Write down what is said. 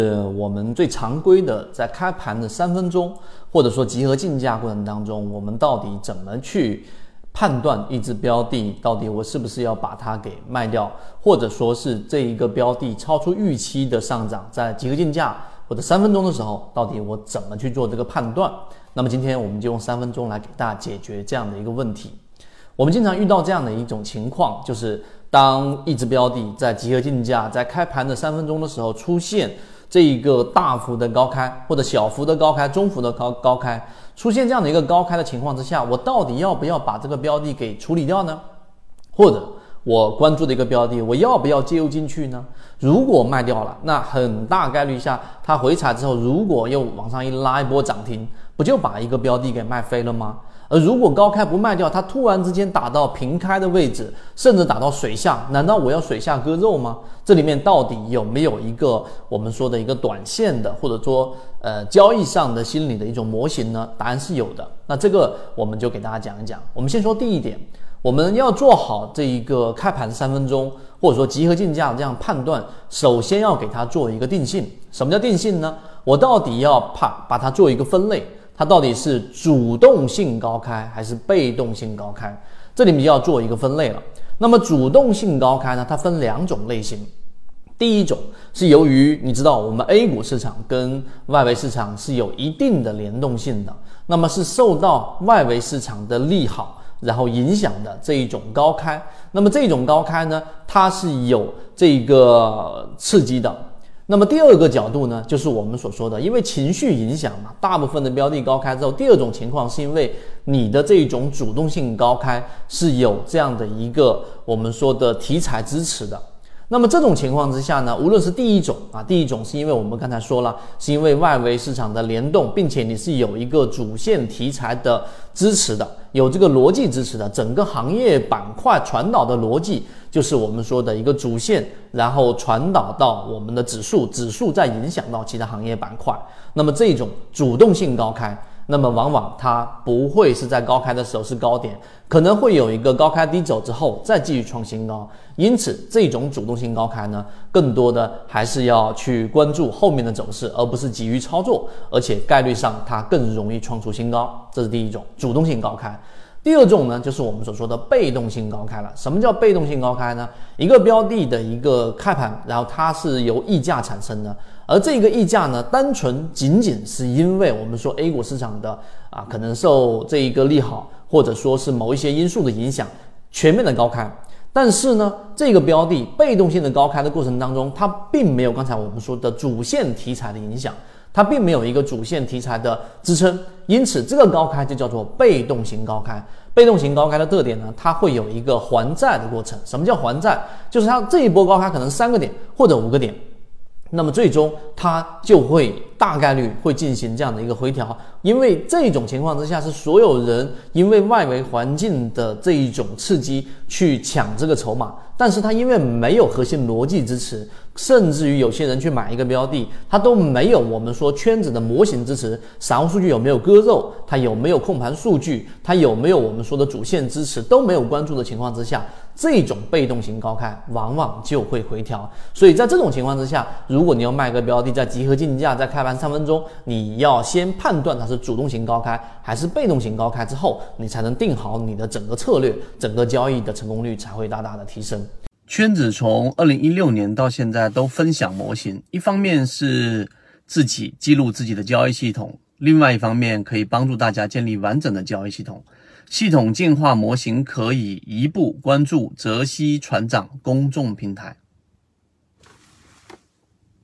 我们最常规的在开盘的3分钟，或者说集合竞价过程当中，我们到底怎么去判断一只标的到底我是不是要把它给卖掉，或者说是这一个标的超出预期的上涨，在集合竞价或者3分钟的时候，到底我怎么去做这个判断？那么今天我们就用3分钟来给大家解决这样的一个问题。我们经常遇到这样的一种情况，就是当一只标的在集合竞价在开盘的3分钟的时候出现这一个大幅的高开，或者小幅的高开、中幅的高开，出现这样的一个高开的情况之下，我到底要不要把这个标的给处理掉呢？或者我关注的一个标的，我要不要介入进去呢？如果卖掉了，那很大概率下它回踩之后，如果又往上一拉一波涨停，不就把一个标的给卖飞了吗？而如果高开不卖掉，它突然之间打到平开的位置，甚至打到水下，难道我要水下割肉吗？这里面到底有没有一个我们说的一个短线的，或者说交易上的心理的一种模型呢？答案是有的。那这个我们就给大家讲一讲。我们先说第一点，我们要做好这一个开盘3分钟，或者说集合竞价这样判断，首先要给它做一个定性。什么叫定性呢？我到底要把它做一个分类，它到底是主动性高开还是被动性高开？这里面就要做一个分类了。那么主动性高开呢，它分2种类型。第一种是由于你知道我们 A 股市场跟外围市场是有一定的联动性的，那么是受到外围市场的利好然后影响的这一种高开。那么这种高开呢，它是有这个刺激的。那么第二个角度呢，就是我们所说的，因为情绪影响嘛，大部分的标的高开之后，第二种情况是因为你的这种主动性高开是有这样的一个我们说的题材支持的。那么这种情况之下呢，无论是第一种是因为我们刚才说了，是因为外围市场的联动，并且你是有一个主线题材的支持的，有这个逻辑支持的，整个行业板块传导的逻辑就是我们说的一个主线，然后传导到我们的指数，指数再影响到其他行业板块。那么这种主动性高开，那么往往它不会是在高开的时候是高点，可能会有一个高开低走之后再继续创新高。因此这种主动性高开呢，更多的还是要去关注后面的走势，而不是急于操作，而且概率上它更容易创出新高。这是第一种主动性高开。第二种呢，就是我们所说的被动性高开了。什么叫被动性高开呢？一个标的的一个开盘，然后它是由溢价产生的，而这个溢价呢，单纯仅仅是因为我们说 A 股市场的可能受这一个利好，或者说是某一些因素的影响，全面的高开。但是呢，这个标的被动性的高开的过程当中，它并没有刚才我们说的主线题材的影响，它并没有一个主线题材的支撑，因此这个高开就叫做被动型高开。被动型高开的特点呢，它会有一个还债的过程。什么叫还债？就是它这一波高开可能3个点或者5个点，那么最终它就会大概率会进行这样的一个回调，因为这种情况之下是所有人因为外围环境的这一种刺激去抢这个筹码，但是它因为没有核心逻辑支持，甚至于有些人去买一个标的，它都没有我们说圈子的模型支持，散户数据有没有割肉，它有没有控盘数据，它有没有我们说的主线支持，都没有关注的情况之下，这种被动型高开往往就会回调。所以在这种情况之下，如果你要卖个标的，在集合竞价在开盘3分钟，你要先判断它是主动型高开还是被动型高开之后，你才能定好你的整个策略，整个交易的成功率才会大大的提升。 圈子从2016年到现在都分享模型，一方面是自己记录自己的交易系统，另外一方面可以帮助大家建立完整的交易系统。系统进化模型可以移步关注泽西船长公众平台。